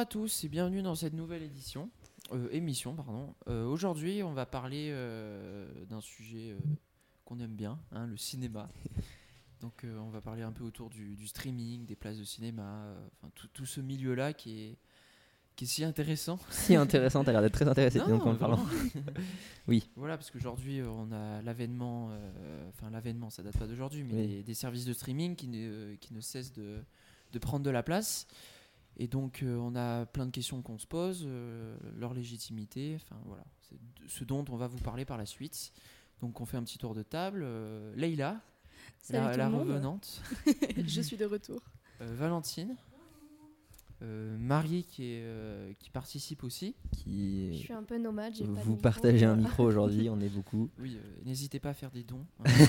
tous et bienvenue dans cette nouvelle émission. Aujourd'hui, on va parler d'un sujet qu'on aime bien, le cinéma. Donc, on va parler un peu autour du streaming, des places de cinéma, tout ce milieu-là qui est si intéressant. Si intéressant, t'as l'air d'être très intéressé. Non, en parlant. Oui. Voilà, parce qu'aujourd'hui, on a l'avènement, l'avènement, ça date pas d'aujourd'hui, mais Oui. des services de streaming qui ne cessent de prendre de la place. Et donc, on a plein de questions qu'on se pose, leur légitimité, voilà. C'est ce dont on va vous parler par la suite. Donc, on fait un petit tour de table. Leïla, Salut tout la le monde. revenante. Je suis de retour. Valentine. Marie qui participe aussi. Je suis un peu nomade, j'ai pas de Vous micro. partagez un micro aujourd'hui, on est beaucoup. Oui, n'hésitez pas à faire des dons.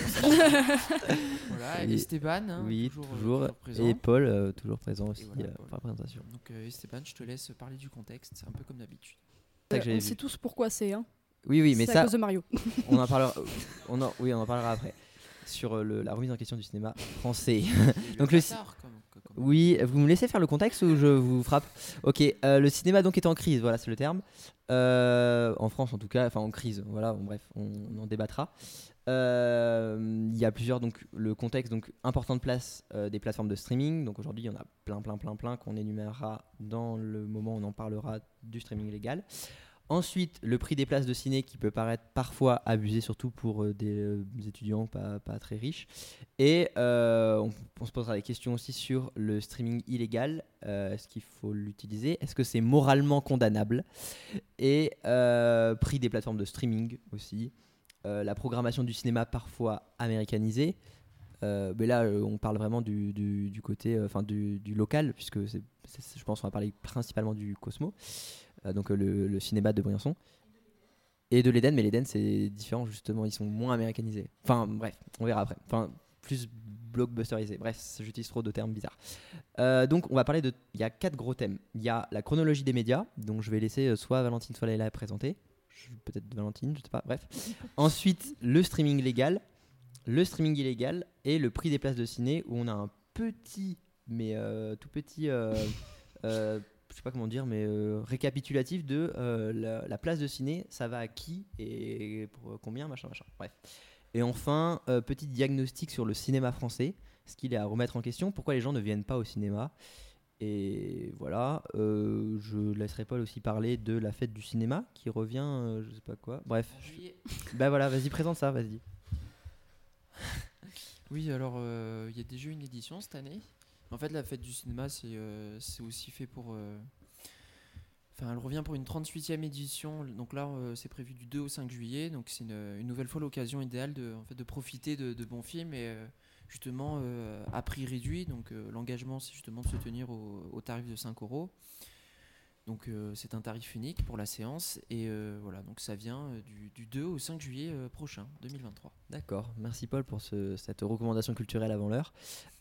Voilà, Et Esteban, oui, toujours présent. Et Paul, toujours présent aussi voilà, Paul. pour la présentation. Donc Esteban, je te laisse parler du contexte, un peu comme d'habitude. C'est ça que j'avais On vu. sait tous pourquoi c'est. Oui, mais c'est ça, à cause de Mario. on en parlera. On en parlera après sur la remise en question du cinéma français. Donc le Oui, vous me laissez faire le contexte ou je vous frappe? Ok, le cinéma donc est en crise, voilà, c'est le terme. En France en tout cas, en crise, voilà, bref, on en débattra. Il y a plusieurs, donc le contexte, donc importante place des plateformes de streaming. Donc aujourd'hui, il y en a plein qu'on énumérera dans le moment où on en parlera du streaming légal. Ensuite, le prix des places de ciné qui peut paraître parfois abusé, surtout pour des étudiants pas très riches. Et on se posera des questions aussi sur le streaming illégal. Est-ce qu'il faut l'utiliser? Est-ce que c'est moralement condamnable? Et prix des plateformes de streaming aussi. La programmation du cinéma parfois américanisée. Mais là, on parle vraiment du côté, du local, puisque je pense qu'on va parler principalement du Cosmo. Donc le cinéma de Briançon et de l'Éden, mais l'Éden c'est différent justement, ils sont moins américanisés, bref, on verra après, plus blockbusterisé, bref, j'utilise trop de termes bizarres. Donc on va parler il y a 4 gros thèmes. Il y a la chronologie des médias, donc je vais laisser soit Valentine soit Leïla présenter, peut-être Valentine, je sais pas, bref. Ensuite le streaming légal, le streaming illégal et le prix des places de ciné, où on a un petit mais tout petit je sais pas comment dire, mais récapitulatif de la place de ciné, ça va à qui et pour combien, machin. Bref. Et enfin, petit diagnostic sur le cinéma français, ce qu'il est à remettre en question, pourquoi les gens ne viennent pas au cinéma. Et voilà, je laisserai Paul aussi parler de la fête du cinéma qui revient, je sais pas quoi. Bref. Bah voilà, vas-y, présente ça, vas-y. Oui, alors il y a déjà une édition cette année. En fait, la fête du cinéma, c'est aussi fait pour... elle revient pour une 38e édition. Donc là, c'est prévu du 2 au 5 juillet. Donc c'est une nouvelle fois l'occasion idéale de profiter de bons films et justement à prix réduit. Donc l'engagement, c'est justement de se tenir au tarif de 5 €. Donc c'est un tarif unique pour la séance. Et voilà, donc ça vient du 2 au 5 juillet prochain, 2023. D'accord, merci Paul pour cette recommandation culturelle avant l'heure.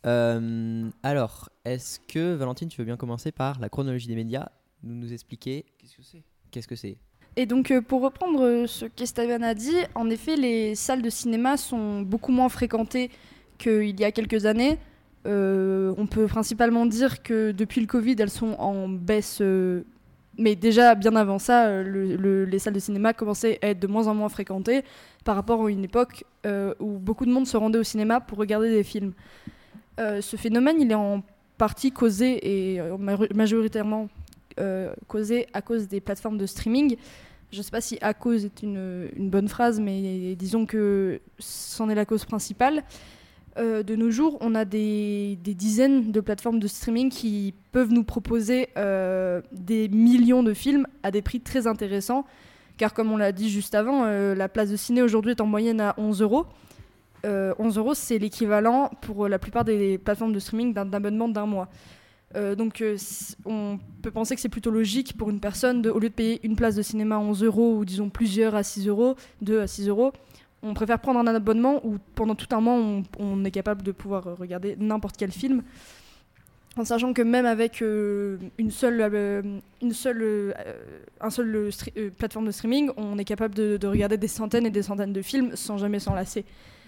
Alors, est-ce que Valentine, tu veux bien commencer par la chronologie des médias, nous expliquer qu'est-ce que c'est? Et donc pour reprendre ce qu'Esteban a dit, en effet les salles de cinéma sont beaucoup moins fréquentées qu'il y a quelques années. On peut principalement dire que depuis le Covid, elles sont en baisse. Mais déjà, bien avant ça, les salles de cinéma commençaient à être de moins en moins fréquentées par rapport à une époque où beaucoup de monde se rendait au cinéma pour regarder des films. Ce phénomène, il est en partie causé et majoritairement causé à cause des plateformes de streaming. Je ne sais pas si « à cause » est une bonne phrase, mais disons que c'en est la cause principale. De nos jours, on a des dizaines de plateformes de streaming qui peuvent nous proposer des millions de films à des prix très intéressants. Car comme on l'a dit juste avant, la place de ciné aujourd'hui est en moyenne à 11 €. 11 €, c'est l'équivalent pour la plupart des plateformes de streaming d'un abonnement d'1 mois. Donc on peut penser que c'est plutôt logique pour une personne, au lieu de payer une place de cinéma à 11 € ou disons plusieurs à 6 €, 2 à 6 €, on préfère prendre un abonnement où pendant tout un mois on est capable de pouvoir regarder n'importe quel film, en sachant que même avec une seule plateforme de streaming, on est capable de regarder des centaines et des centaines de films sans jamais s'en lasser.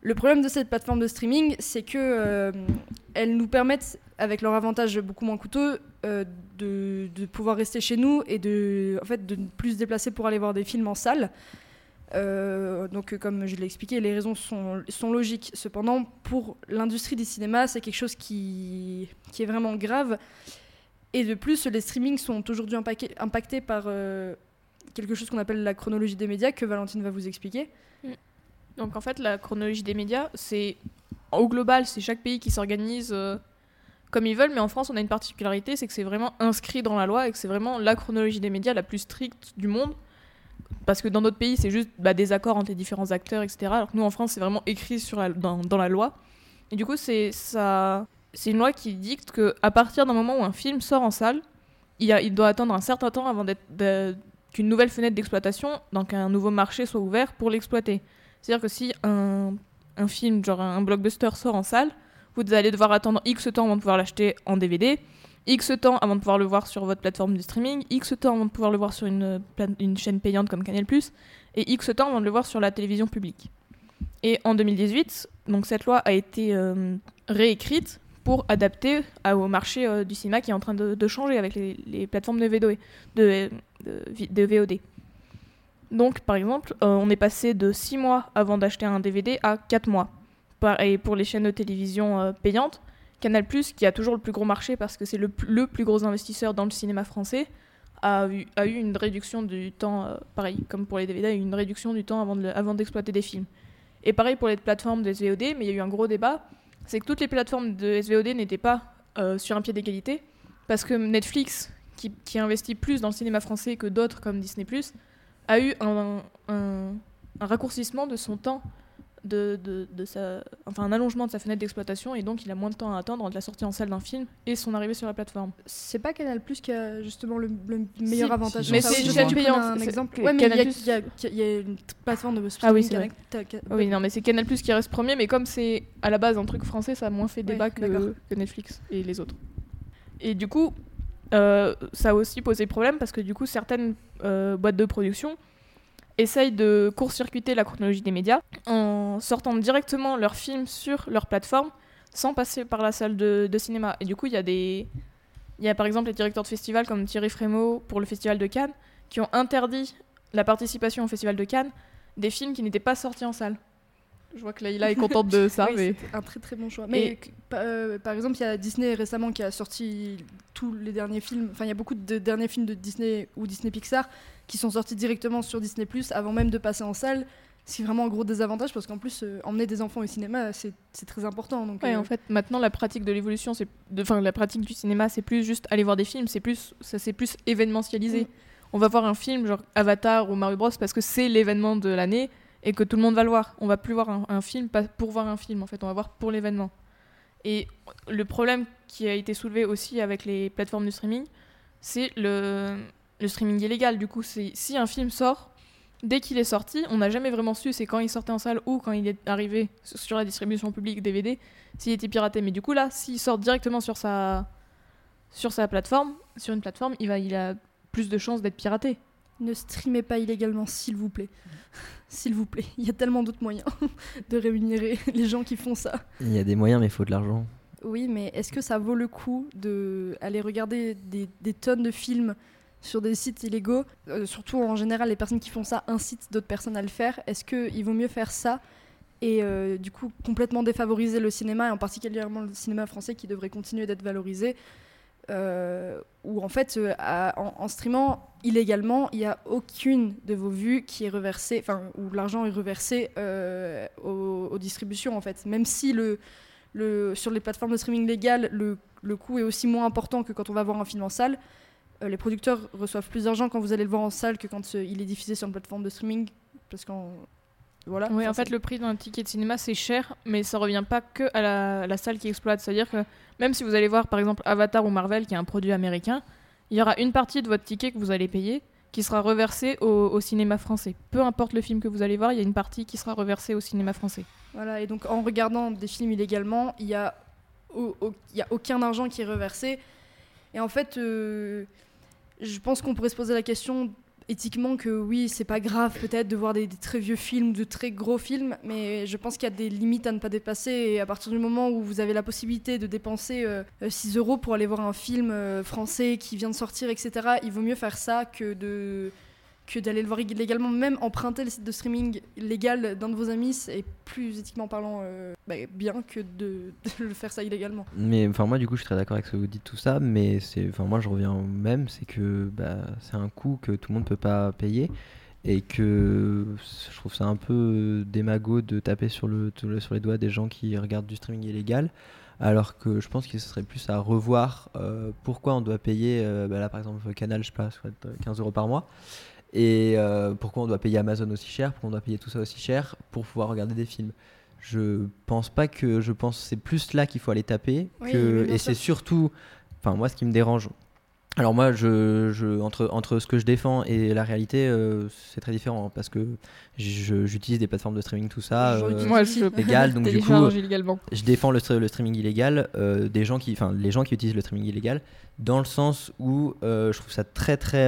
Le problème de cette plateforme de streaming, c'est que elles nous permettent, avec leur avantage beaucoup moins coûteux, de pouvoir rester chez nous et de ne plus se déplacer pour aller voir des films en salle. Donc, comme je l'ai expliqué, les raisons sont logiques. Cependant, pour l'industrie du cinéma, c'est quelque chose qui est vraiment grave. Et de plus, les streamings sont aujourd'hui impactés par quelque chose qu'on appelle la chronologie des médias, que Valentine va vous expliquer. Donc en fait, la chronologie des médias, au global, c'est chaque pays qui s'organise comme ils veulent, mais en France, on a une particularité, c'est que c'est vraiment inscrit dans la loi et que c'est vraiment la chronologie des médias la plus stricte du monde. Parce que dans d'autres pays, c'est juste des accords entre les différents acteurs, etc. Alors que nous, en France, c'est vraiment écrit dans la loi. Et du coup, c'est une loi qui dicte qu'à partir d'un moment où un film sort en salle, il doit attendre un certain temps avant qu'une nouvelle fenêtre d'exploitation, donc un nouveau marché soit ouvert pour l'exploiter. C'est-à-dire que si un film, genre un blockbuster sort en salle, vous allez devoir attendre X temps avant de pouvoir l'acheter en DVD, X temps avant de pouvoir le voir sur votre plateforme de streaming, X temps avant de pouvoir le voir sur une chaîne payante comme Canal+, et X temps avant de le voir sur la télévision publique. Et en 2018, donc cette loi a été réécrite pour adapter au marché du cinéma qui est en train de changer avec les plateformes de VOD. Donc, par exemple, on est passé de 6 mois avant d'acheter un DVD à 4 mois. Et pour les chaînes de télévision payantes, Canal+, qui a toujours le plus gros marché parce que c'est le plus gros investisseur dans le cinéma français, a eu une réduction du temps, pareil, comme pour les DVD, a eu une réduction du temps avant d'exploiter des films. Et pareil pour les plateformes de SVOD, mais il y a eu un gros débat, c'est que toutes les plateformes de SVOD n'étaient pas sur un pied d'égalité, parce que Netflix, qui investit plus dans le cinéma français que d'autres comme Disney+, a eu un raccourcissement de son temps, un allongement de sa fenêtre d'exploitation, et donc il a moins de temps à attendre entre la sortie en salle d'un film et son arrivée sur la plateforme. C'est pas Canal+ qui a justement le meilleur avantage. Mais c'est une chaîne payante. Un exemple. Ouais, mais il y a une plateforme de streaming. Ah oui, c'est vrai. Oui, non, mais c'est Canal+ qui reste premier, mais comme c'est à la base un truc français, ça a moins fait débat que Netflix et les autres. Et du coup, ça a aussi posé problème parce que du coup, certaines boîtes de production essayent de court-circuiter la chronologie des médias en sortant directement leurs films sur leur plateforme sans passer par la salle de cinéma. Et du coup, il y a par exemple les directeurs de festivals comme Thierry Frémaux pour le Festival de Cannes qui ont interdit la participation au Festival de Cannes des films qui n'étaient pas sortis en salle. Je vois que Laïla est contente de ça. Oui, mais c'est un très très bon choix. Mais par exemple, il y a Disney récemment qui a sorti tous les derniers films. Enfin, il y a beaucoup de derniers films de Disney ou Disney Pixar qui sont sortis directement sur Disney+, avant même de passer en salle. C'est vraiment un gros désavantage parce qu'en plus, emmener des enfants au cinéma, c'est très important. Donc, en fait, maintenant, la pratique de l'évolution, la pratique du cinéma, c'est plus juste aller voir des films, c'est plus événementialisé. On va voir un film, genre Avatar ou Mario Bros, parce que c'est l'événement de l'année et que tout le monde va le voir. On va plus voir un film pour voir un film, en fait, on va voir pour l'événement. Et le problème qui a été soulevé aussi avec les plateformes de streaming, c'est le streaming illégal. Du coup, si un film sort, dès qu'il est sorti, on n'a jamais vraiment su c'est quand il sortait en salle ou quand il est arrivé sur la distribution publique DVD, s'il était piraté. Mais du coup, là, s'il sort directement sur sa plateforme, sur une plateforme, il a plus de chances d'être piraté. Ne streamez pas illégalement, s'il vous plaît. S'il vous plaît. Il y a tellement d'autres moyens de rémunérer les gens qui font ça. Il y a des moyens, mais il faut de l'argent. Oui, mais est-ce que ça vaut le coup d'aller regarder des tonnes de films sur des sites illégaux, surtout en général les personnes qui font ça incitent d'autres personnes à le faire. Est-ce qu'il vaut mieux faire ça et du coup complètement défavoriser le cinéma, et en particulièrement le cinéma français qui devrait continuer d'être valorisé, où en fait en streamant illégalement, il n'y a aucune de vos vues qui est reversée, enfin où l'argent est reversé aux distributions en fait. Même si sur les plateformes de streaming légales, le coût est aussi moins important que quand on va voir un film en salle. Les producteurs reçoivent plus d'argent quand vous allez le voir en salle que quand il est diffusé sur une plateforme de streaming, parce qu'en voilà. Oui, en fait, le prix d'un ticket de cinéma c'est cher, mais ça revient pas que à la salle qui exploite. C'est-à-dire que même si vous allez voir par exemple Avatar ou Marvel, qui est un produit américain, il y aura une partie de votre ticket que vous allez payer qui sera reversée au cinéma français. Peu importe le film que vous allez voir, il y a une partie qui sera reversée au cinéma français. Voilà, et donc en regardant des films illégalement, il y a aucun argent qui est reversé. Et en fait, je pense qu'on pourrait se poser la question, éthiquement que oui, c'est pas grave peut-être de voir des très vieux films, de très gros films, mais je pense qu'il y a des limites à ne pas dépasser, et à partir du moment où vous avez la possibilité de dépenser 6 € pour aller voir un film français qui vient de sortir, etc., il vaut mieux faire ça que d'aller le voir illégalement. Même emprunter le site de streaming légal d'un de vos amis, c'est plus éthiquement parlant bien que de le faire ça illégalement. Mais enfin moi du coup je suis très d'accord avec ce que vous dites tout ça, mais moi je reviens au même, c'est que c'est un coût que tout le monde peut pas payer, et que je trouve ça un peu démago de taper sur les doigts des gens qui regardent du streaming illégal, alors que je pense que ce serait plus à revoir pourquoi on doit payer là par exemple Canal, je sais pas, 15 € par mois. Et pourquoi on doit payer Amazon aussi cher, pourquoi on doit payer tout ça aussi cher pour pouvoir regarder des films. Je pense que c'est plus là qu'il faut aller taper, et c'est surtout, enfin moi ce qui me dérange. Alors moi entre ce que je défends et la réalité c'est très différent, parce que j'utilise des plateformes de streaming, tout ça légal, donc du coup je défends le streaming illégal les gens qui utilisent le streaming illégal, dans le sens où je trouve ça très très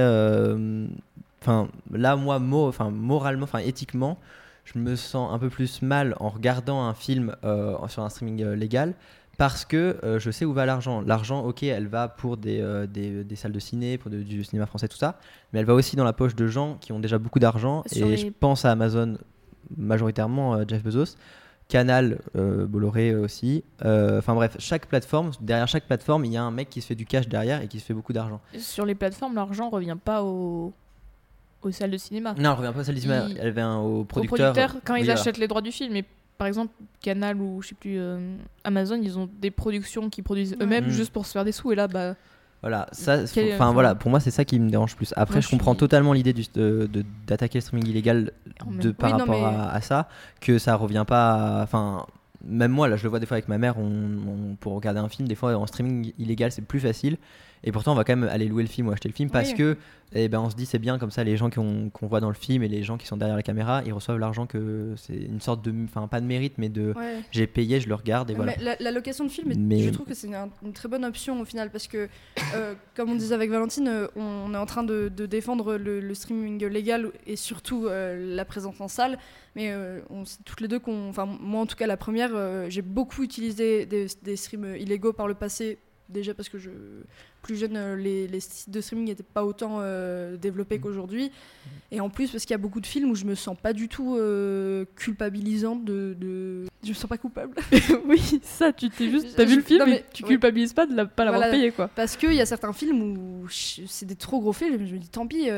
là moi moralement, éthiquement je me sens un peu plus mal en regardant un film sur un streaming légal, parce que je sais où va l'argent. L'argent, ok, elle va pour des salles de ciné, pour du cinéma français, tout ça, mais elle va aussi dans la poche de gens qui ont déjà beaucoup d'argent, je pense à Amazon majoritairement, Jeff Bezos, Canal, Bolloré aussi. Bref, derrière chaque plateforme, il y a un mec qui se fait du cash derrière et qui se fait beaucoup d'argent. Sur les plateformes, l'argent revient pas aux salles de cinéma. Non, elle revient pas aux salles de cinéma, elle vient aux producteurs. Quand ils achètent les droits du film. Et par exemple, Canal ou je sais plus, Amazon, ils ont des productions qui produisent eux-mêmes juste pour se faire des sous. Et là, voilà, voilà, pour moi c'est ça qui me dérange plus. Après, je comprends totalement l'idée d'attaquer le streaming illégal par rapport à ça, que ça revient pas. Même moi, là, je le vois des fois avec ma mère, pour regarder un film, des fois en streaming illégal c'est plus facile. Et pourtant, on va quand même aller louer le film ou acheter le film, parce que on se dit c'est bien, comme ça les gens qu'on voit dans le film et les gens qui sont derrière la caméra, ils reçoivent l'argent, que c'est une sorte de, pas de mérite, mais de j'ai payé, je le regarde, et voilà. Mais la location de film, je trouve que c'est une très bonne option au final, parce que comme on disait avec Valentine, on est en train de défendre le streaming légal et surtout la présence en salle, mais on sait toutes les deux moi en tout cas la première, j'ai beaucoup utilisé des streams illégaux par le passé. Déjà parce que plus jeune, les sites de streaming n'étaient pas autant développés qu'aujourd'hui. Et en plus parce qu'il y a beaucoup de films où je me sens pas du tout culpabilisante je me sens pas coupable. Oui, ça, t'as vu le film, mais tu culpabilises pas de pas l'avoir payé, quoi. Parce qu'il y a certains films où c'est des trop gros films, je me dis tant pis.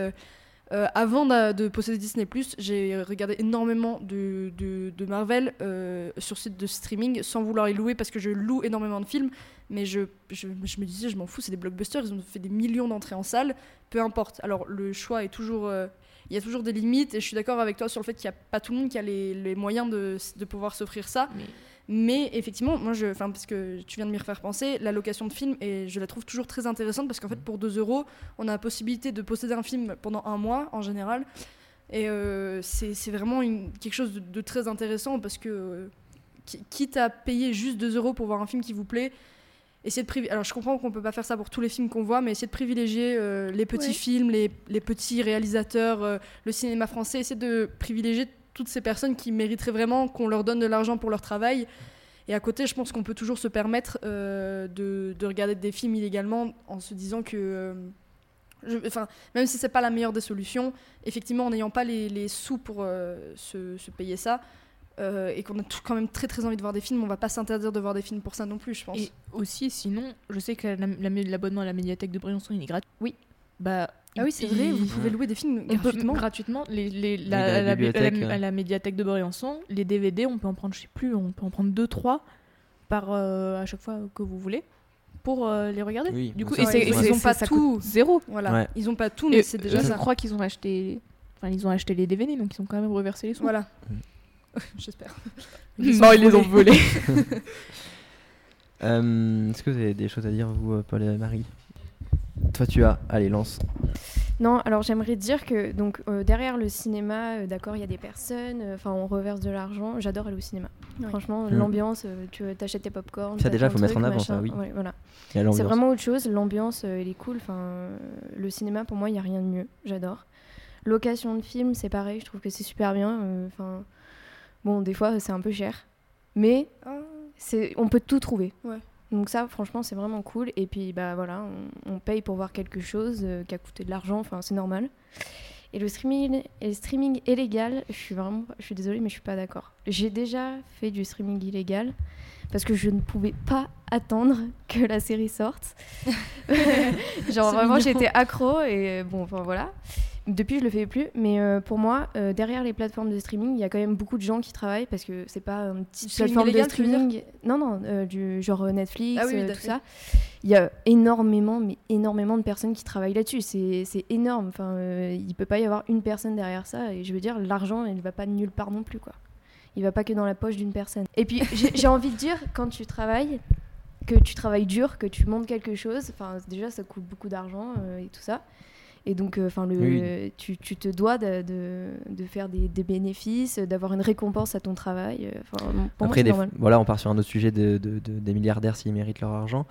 Avant de posséder Disney+, j'ai regardé énormément de Marvel sur site de streaming sans vouloir les louer, parce que je loue énormément de films, mais je me disais je m'en fous, c'est des blockbusters, ils ont fait des millions d'entrées en salle, peu importe. Alors le choix est toujours il y a toujours des limites, et je suis d'accord avec toi sur le fait qu'il n'y a pas tout le monde qui a les moyens de pouvoir s'offrir ça. Mais effectivement, moi, parce que tu viens de m'y refaire penser, la location de films, et je la trouve toujours très intéressante, parce qu'en fait, pour 2 €, on a la possibilité de posséder un film pendant 1 mois, en général. Et c'est vraiment quelque chose de très intéressant, parce que quitte à payer juste 2 € pour voir un film qui vous plaît, alors je comprends qu'on peut pas faire ça pour tous les films qu'on voit, mais essayer de privilégier les petits films, les petits réalisateurs, le cinéma français, essayer de privilégier toutes ces personnes qui mériteraient vraiment qu'on leur donne de l'argent pour leur travail. Et à côté, je pense qu'on peut toujours se permettre de regarder des films illégalement, en se disant que même si c'est pas la meilleure des solutions, effectivement, en n'ayant pas les sous pour se payer ça, et qu'on a quand même très très envie de voir des films, on va pas s'interdire de voir des films pour ça non plus, je pense. Et aussi, sinon, je sais que l'abonnement à la médiathèque de Briançon, il est gratuit. Oui. Ah oui, c'est vrai, vous pouvez louer des films gratuitement. Gratuitement. À la médiathèque de Briançon, les DVD, on peut en prendre, je sais plus, on peut en prendre 2-3 à chaque fois que vous voulez, pour les regarder. Oui, du coup, ils ont pas tout. Zéro. Voilà. Ouais. Ils ont pas tout, mais c'est déjà ça. Je crois qu'ils ont acheté les DVD, donc ils ont quand même reversé les sous. Voilà. J'espère. Non, ils les ont volés. Est-ce que vous avez des choses à dire, vous, Paul et Marie ? Toi, allez, lance. Non, alors j'aimerais dire que derrière le cinéma, d'accord, il y a des personnes, on reverse de l'argent. J'adore aller au cinéma. Ouais. Franchement, l'ambiance, tu t'achètes tes popcorn. Ça déjà, il faut mettre en avant ça, oui. Ouais, voilà. C'est vraiment autre chose. L'ambiance, elle est cool. Le cinéma, pour moi, il y a rien de mieux. J'adore. Location de films, c'est pareil, je trouve que c'est super bien. Enfin, bon, des fois, c'est un peu cher, mais on peut tout trouver. Ouais. Donc ça, franchement, c'est vraiment cool. Et puis, bah voilà, on paye pour voir quelque chose qui a coûté de l'argent, enfin, c'est normal. Et le streaming illégal, je suis désolée, mais je suis pas d'accord. J'ai déjà fait du streaming illégal parce que je ne pouvais pas attendre que la série sorte. Genre vraiment, j'étais accro et bon, enfin voilà. Depuis, je le fais plus, mais pour moi, derrière les plateformes de streaming, il y a quand même beaucoup de gens qui travaillent parce que c'est pas une petite plateforme illégal, de streaming. Non, du genre Netflix, oui, tout ça. Il y a énormément de personnes qui travaillent là-dessus. C'est énorme. Enfin, il peut pas y avoir une personne derrière ça. Et je veux dire, l'argent, il va pas nulle part non plus, quoi. Il va pas que dans la poche d'une personne. Et puis, j'ai envie de dire, quand tu travailles, que tu travailles dur, que tu montes quelque chose, enfin, déjà, ça coûte beaucoup d'argent et tout ça. Et donc, tu te dois de faire des bénéfices, d'avoir une récompense à ton travail. Après, voilà, on part sur un autre sujet des milliardaires s'ils méritent leur argent.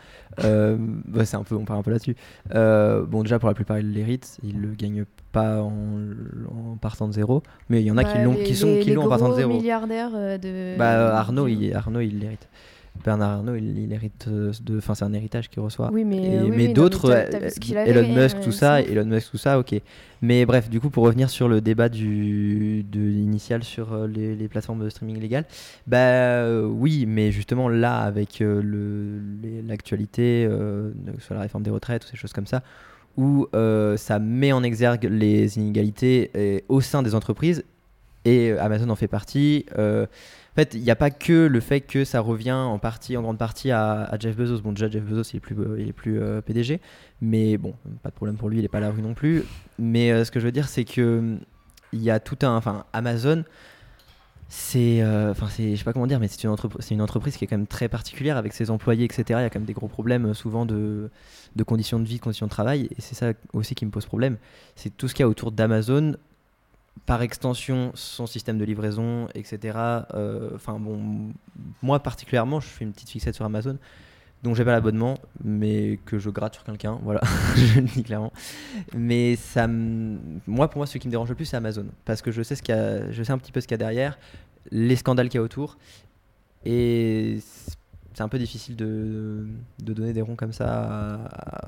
On part un peu là-dessus. Bon, déjà, pour la plupart, ils l'héritent. Ils le gagnent pas en partant de zéro. Mais il y en a qui l'ont en partant de zéro. Les milliardaires Arnaud, il l'hérite. Bernard Arnault, il hérite c'est un héritage qu'il reçoit. Oui, mais d'autres, Elon Musk, tout ça, ok. Mais bref, du coup, pour revenir sur le débat initial sur les plateformes de streaming illégales, oui, mais justement là, avec l'actualité, sur la réforme des retraites, ou ces choses comme ça, où ça met en exergue les inégalités au sein des entreprises, et Amazon en fait partie. En fait, il n'y a pas que le fait que ça revient en grande partie à Jeff Bezos. Bon, déjà, Jeff Bezos, il est plus PDG, mais bon, pas de problème pour lui, il n'est pas à la rue non plus. Mais ce que je veux dire, c'est que il y a Amazon, je sais pas comment dire, mais c'est une entreprise qui est quand même très particulière avec ses employés, etc. Il y a quand même des gros problèmes souvent de conditions de vie, de conditions de travail, et c'est ça aussi qui me pose problème. C'est tout ce qu'il y a autour d'Amazon. Par extension, son système de livraison, etc. Moi particulièrement, je fais une petite fixette sur Amazon, dont j'ai pas l'abonnement, mais que je gratte sur quelqu'un, voilà, je le dis clairement. Mais pour moi, ce qui me dérange le plus, c'est Amazon, parce que je sais un petit peu ce qu'il y a derrière, les scandales qu'il y a autour, et c'est un peu difficile de donner des ronds comme ça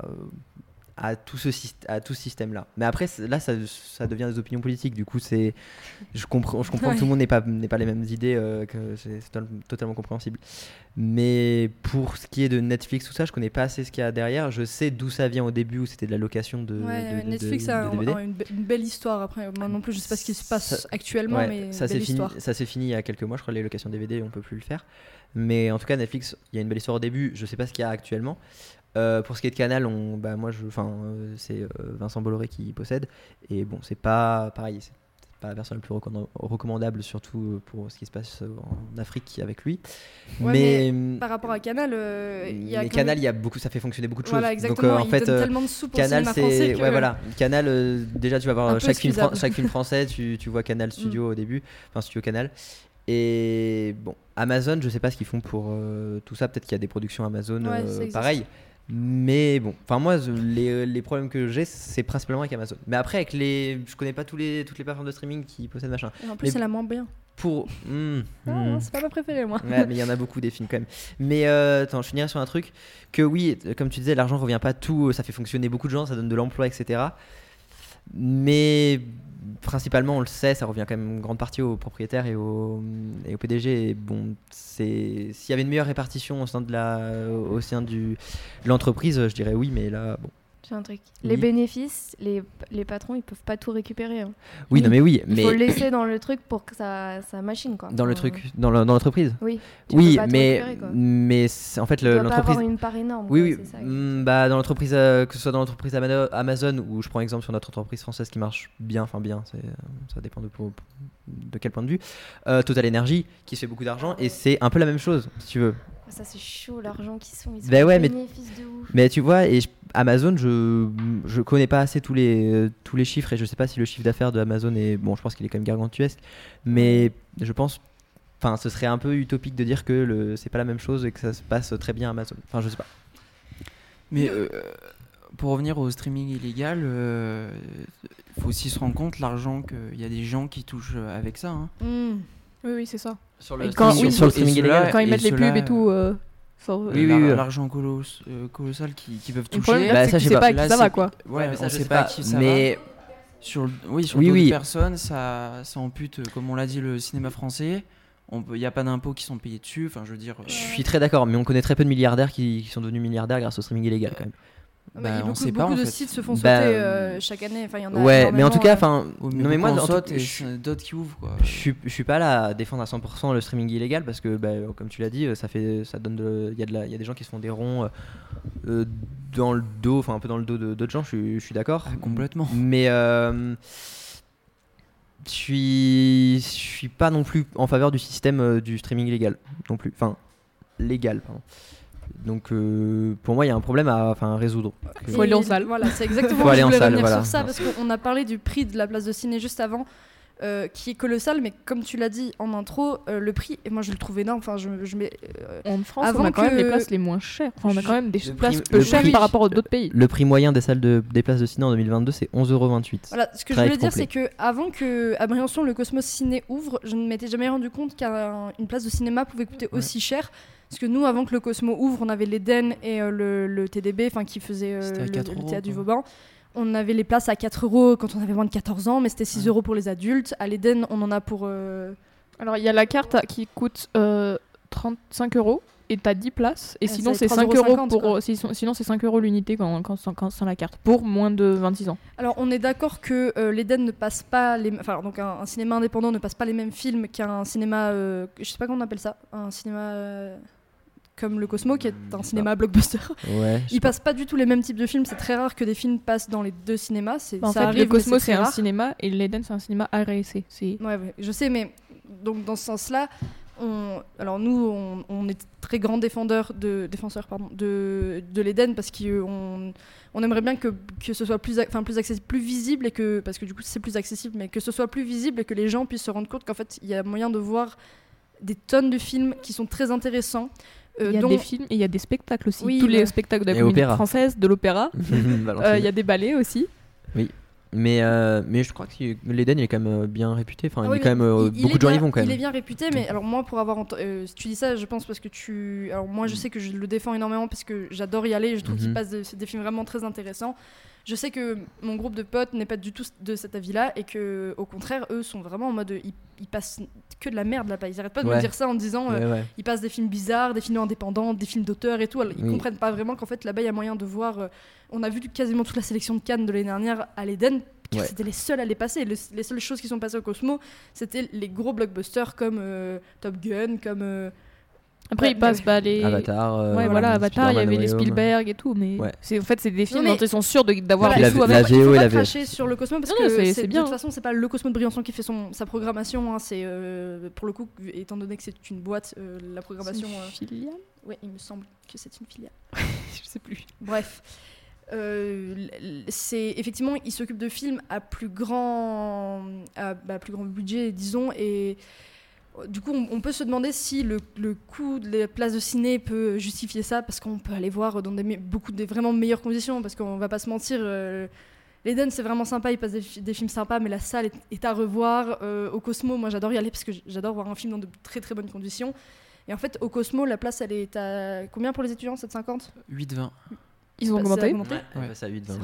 à tout ce système-là. Mais après, là, ça devient des opinions politiques. Du coup, je comprends que tout le monde n'ait pas les mêmes idées, que c'est totalement compréhensible. Mais pour ce qui est de Netflix, tout ça, je connais pas assez ce qu'il y a derrière. Je sais d'où ça vient au début, où c'était de la location de Netflix a une belle histoire. Après, moi non plus, je sais pas ce qui se passe actuellement, mais ça belle histoire. Ça s'est fini il y a quelques mois, je crois, les locations DVD, on peut plus le faire. Mais en tout cas, Netflix, il y a une belle histoire au début. Je sais pas ce qu'il y a actuellement. Pour ce qui est de Canal, c'est Vincent Bolloré qui possède, et bon, c'est pas pareil, c'est pas la personne la plus recommandable, surtout pour ce qui se passe en Afrique avec lui. Mais par rapport à Canal, Canal, il y a ça fait fonctionner beaucoup de choses. Voilà, exactement. Donc, en fait, donne tellement de sous pour Canal, le cinéma français que... voilà. Canal, déjà, tu vas voir chaque film français, tu vois Canal Studio au début, Studio Canal. Et bon, Amazon, je sais pas ce qu'ils font pour tout ça. Peut-être qu'il y a des productions Amazon pareil. Mais bon, moi, les problèmes que j'ai, c'est principalement avec Amazon. Mais après, je connais pas toutes les plateformes de streaming qui possèdent machin. Et en plus, c'est la moins bien. C'est pas ma préférée, moi. Ouais, mais il y en a beaucoup des films quand même. Mais je finirai sur un truc que oui, comme tu disais, l'argent revient pas tout, ça fait fonctionner beaucoup de gens, ça donne de l'emploi, etc. Mais principalement, on le sait, ça revient quand même en grande partie aux propriétaires et aux PDG. Et bon, s'il y avait une meilleure répartition au sein de l'entreprise, je dirais oui, mais là, bon. J'ai un truc. Les bénéfices, les patrons, ils peuvent pas tout récupérer. Hein. Oui, non, mais oui. Il faut le laisser dans le truc pour que ça machine, quoi. Dans le truc, dans l'entreprise. Oui. Oui, pas mais en fait, l'entreprise. Pas avoir une part énorme. Oui, quoi, c'est ça, dans l'entreprise, que ce soit dans l'entreprise Amazon, ou je prends exemple sur notre entreprise française qui marche bien, ça dépend de quel point de vue. Total Energy, qui se fait beaucoup d'argent, et c'est un peu la même chose, si tu veux. Ça, c'est chaud, l'argent qu'ils sont. Ils ouais, bénéfices de ouf. Mais tu vois, Amazon, je connais pas assez tous les chiffres, et je sais pas si le chiffre d'affaires de Amazon est. Bon, je pense qu'il est quand même gargantuesque, mais je pense. Ce serait un peu utopique de dire que c'est pas la même chose et que ça se passe très bien à Amazon. Je sais pas. Mais pour revenir au streaming illégal, faut aussi se rendre compte l'argent qu'il y a des gens qui touchent avec ça. Hein. Oui, c'est ça. Sur le streaming illégal. Quand ils mettent les pubs et tout. L'argent colossal qui peuvent toucher. Le problème, c'est que tu sais pas à qui ça va, quoi. Ouais, mais ça, on je sait sais pas à pas. qui ça Mais va. Sur d'autres personnes, ça ampute, comme on l'a dit, le cinéma français. Il n'y a pas d'impôts qui sont payés dessus. Enfin, je veux dire. Je suis très d'accord, mais on connaît très peu de milliardaires qui sont devenus milliardaires grâce au streaming illégal quand même. On sait pas, beaucoup de sites se font sauter chaque année. Enfin, y en a mais en tout cas, non, mais moi, d'autres qui ouvrent, quoi. Je suis pas là à défendre à 100% le streaming illégal parce que, comme tu l'as dit, ça donne il y a des gens qui se font des ronds dans le dos, enfin un peu dans le dos d'autres gens. Je suis d'accord. Complètement. Mais je suis pas non plus en faveur du système du streaming illégal non plus. Enfin, légal, pardon. Donc pour moi il y a un problème à résoudre. Il faut aller en salle. Voilà, c'est exactement ce que je voulais revenir sur ça parce qu'on a parlé du prix de la place de ciné juste avant qui est colossal, mais comme tu l'as dit en intro, le prix, et moi je le trouve énorme. Enfin, en France, on a quand même les places les moins chères. Enfin, on a quand même des places peu chères par rapport aux d'autres pays. Le prix moyen des salles des places de ciné en 2022, c'est 11,28€. Voilà, ce que je voulais dire, c'est que avant que à Briançon le Cosmos Ciné ouvre, je ne m'étais jamais rendu compte qu'une place de cinéma pouvait coûter aussi cher. Parce que nous, avant que le Cosmo ouvre, on avait l'Eden et le TDB, qui faisait le théâtre du Vauban. On avait les places à 4€ quand on avait moins de 14 ans, mais c'était 6€ pour les adultes. À l'Eden, on en a pour... Alors, il y a la carte qui coûte 35€ et t'as 10 places. Et sinon, c'est 5€ pour... Sinon, c'est 5€ l'unité quand c'est la carte, pour moins de 26 ans. Alors, on est d'accord que l'Eden ne passe pas... donc un cinéma indépendant ne passe pas les mêmes films qu'un cinéma... je sais pas comment on appelle ça. Un cinéma... comme le Cosmo, qui est un cinéma blockbuster. Ils passent pas du tout les mêmes types de films. C'est très rare que des films passent dans les deux cinémas. Le Cosmo, c'est un cinéma et l'Eden, c'est un cinéma RSC. Ouais, je sais, mais donc dans ce sens-là, on est très grands défenseurs de l'Eden parce qu'on aimerait bien que ce soit plus accessible, plus visible, et parce que du coup c'est plus accessible, mais que ce soit plus visible et que les gens puissent se rendre compte qu'en fait il y a moyen de voir des tonnes de films qui sont très intéressants. Il y a des films et il y a des spectacles aussi. Tous les spectacles de la comédie française, de l'opéra. Il y a des ballets aussi. Oui. Mais je crois que l'Eden il est quand même bien réputé. Enfin, il est quand même beaucoup de gens y vont quand même. Il est bien réputé, mais alors moi pour avoir si tu dis ça, je pense parce que alors moi je sais que je le défends énormément parce que j'adore y aller. Je trouve qu'il passe des films vraiment très intéressants. Je sais que mon groupe de potes n'est pas du tout de cet avis-là et que au contraire eux sont vraiment en mode ils passent que de la merde là-bas. Ils arrêtent pas de me dire ça en disant ils passent des films bizarres, des films indépendants, des films d'auteurs et tout. Alors, ils comprennent pas vraiment qu'en fait là-bas il y a moyen de voir. On a vu quasiment toute la sélection de Cannes de l'année dernière à l'Eden. C'était les seuls à les passer. Les seules choses qui sont passées au Cosmo, c'était les gros blockbusters comme Top Gun, comme après ils passent les Avatar. Avatar, il y avait les Spielberg et tout, mais c'est des films dont ils sont sûrs d'avoir des sous avec. Il faut pas cracher sur le Cosmo parce que c'est bien. De toute façon, c'est pas le Cosmo de Briançon qui fait sa programmation. C'est pour le coup, étant donné que c'est une boîte, la programmation. C'est une filiale. Oui, il me semble que c'est une filiale. Je sais plus. Bref. C'est effectivement ils s'occupent de films à plus grand budget, disons, et du coup on peut se demander si le coût des places de ciné peut justifier ça, parce qu'on peut aller voir dans des vraiment meilleures conditions, parce qu'on va pas se mentir, l'Eden c'est vraiment sympa, ils passent des films sympas, mais la salle est à revoir. Au Cosmo, moi j'adore y aller parce que j'adore voir un film dans de très très bonnes conditions, et en fait au Cosmo la place elle est à combien pour les étudiants? 7,50 ? 8,20. Ils ont augmenté. Ouais, ça 8,20.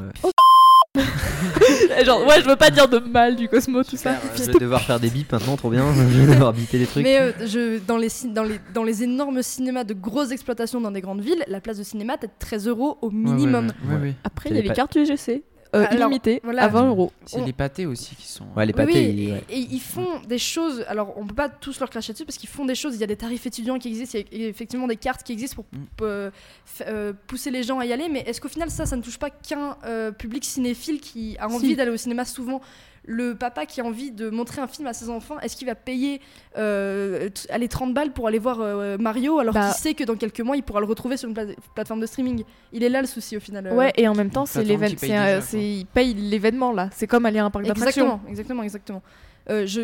Genre, je veux pas dire de mal du Cosmo, tout ça. Je vais devoir faire des bips maintenant, trop bien. Je vais devoir biper des trucs. Mais dans les énormes cinémas de grosses exploitations dans des grandes villes, la place de cinéma t'es 13€ au minimum. Ouais. Après, il y a les cartes UGC. Illimité à 20€. C'est les pâtés aussi qui sont. Ouais, les pâtés. Et ils font des choses. Alors, on peut pas tous leur cracher dessus parce qu'ils font des choses. Il y a des tarifs étudiants qui existent, il y a effectivement des cartes qui existent pour pousser les gens à y aller. Mais est-ce qu'au final, ça ne touche pas qu'un public cinéphile qui a envie d'aller au cinéma souvent? Le papa qui a envie de montrer un film à ses enfants, est-ce qu'il va payer 30 balles pour aller voir Mario alors qu'il sait que dans quelques mois il pourra le retrouver sur une plateforme de streaming? Il est là le souci au final. Ouais, et en même temps il paye l'événement là. C'est comme aller à un parc d'attractions. Exactement.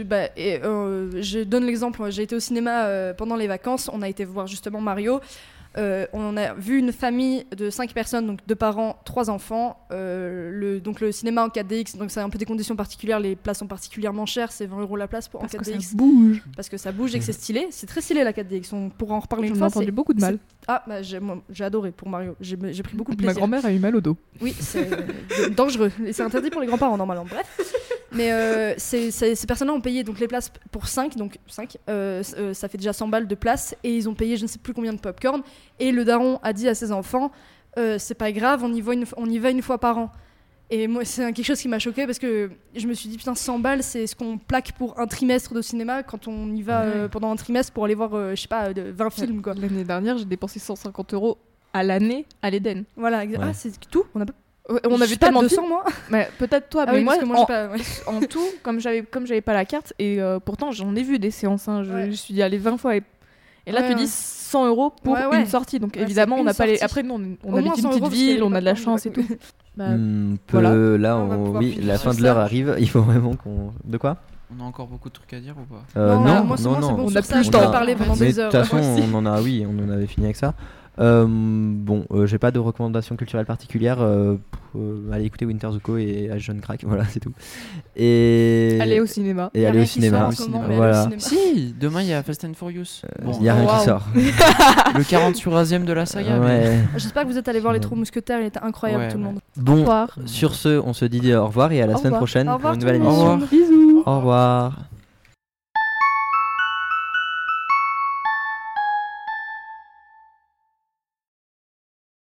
Je donne l'exemple. J'ai été au cinéma pendant les vacances. On a été voir justement Mario. On en a vu une famille de 5 personnes, donc 2 parents, 3 enfants. Donc le cinéma en 4DX, donc c'est un peu des conditions particulières, les places sont particulièrement chères, c'est 20 € la place en 4DX. Parce que ça bouge. Parce que ça bouge et que c'est stylé. C'est très stylé la 4DX, on pourra en reparler une J'en ai fois. entendu beaucoup de mal. Ah, bah, j'ai adoré pour Mario, j'ai pris beaucoup de Ma plaisir. grand-mère a eu mal au dos. Oui, c'est dangereux. Et c'est interdit pour les grands-parents normalement. Bref. Mais ces personnes-là ont payé donc les places pour 5, donc 5. Ça fait déjà 100 balles de place. Et ils ont payé je ne sais plus combien de popcorn. Et le daron a dit à ses enfants c'est pas grave, on y va une fois par an. Et moi, c'est quelque chose qui m'a choquée parce que je me suis dit, putain, 100 balles, c'est ce qu'on plaque pour un trimestre de cinéma quand on y va pendant un trimestre pour aller voir, je sais pas, 20 films, quoi. L'année dernière, j'ai dépensé 150 € à l'année à l'Éden. Voilà, Ouais. Ah, c'est tout. On a On avait tellement de 200, moi. Mais peut-être toi, Ah mais oui, moi, parce que moi, j'ai pas. Ouais. en tout, comme j'avais pas la carte, et pourtant j'en ai vu des séances, hein, je Ouais. suis dit allez 20 fois. Et là, Ouais, tu ouais. dis 100 € pour Ouais. une sortie. Donc Ouais, évidemment, c'est on n'a une pas les. sortie. Après, nous, on Au moins habite une 100 petite €, parce ville, qu'il y a on a de la pas de chance et tout. Bah, Là, On va pouvoir oui, finir la sur fin de ça. l'heure arrive. Il faut vraiment qu'on. De quoi On a encore beaucoup de trucs à dire ou pas? Non, moi, c'est bon, On sur a ça, plus je de peux temps. en parler pendant Mais des de heures. toute façon, Moi aussi. on en avait fini avec ça. J'ai pas de recommandations culturelles particulières. Allez écouter Winter Zuko et John Crack, voilà, c'est tout. Et aller au cinéma. et Y a aller au rien qui sort cinéma. en ce moment, mais Voilà. aller au cinéma. Si, demain il y a Fast and Furious. Il y a rien Waouh. qui sort. Le 43e de la saga. mais- Ouais. J'espère que vous êtes allés voir les Trois Mousquetaires, il était incroyable Ouais, tout le ouais. monde. Au Bon, revoir. sur ce, on se dit au revoir et à la Au semaine revoir. prochaine Au pour revoir une nouvelle tout le monde. émission. Au revoir. Bisous. Au revoir.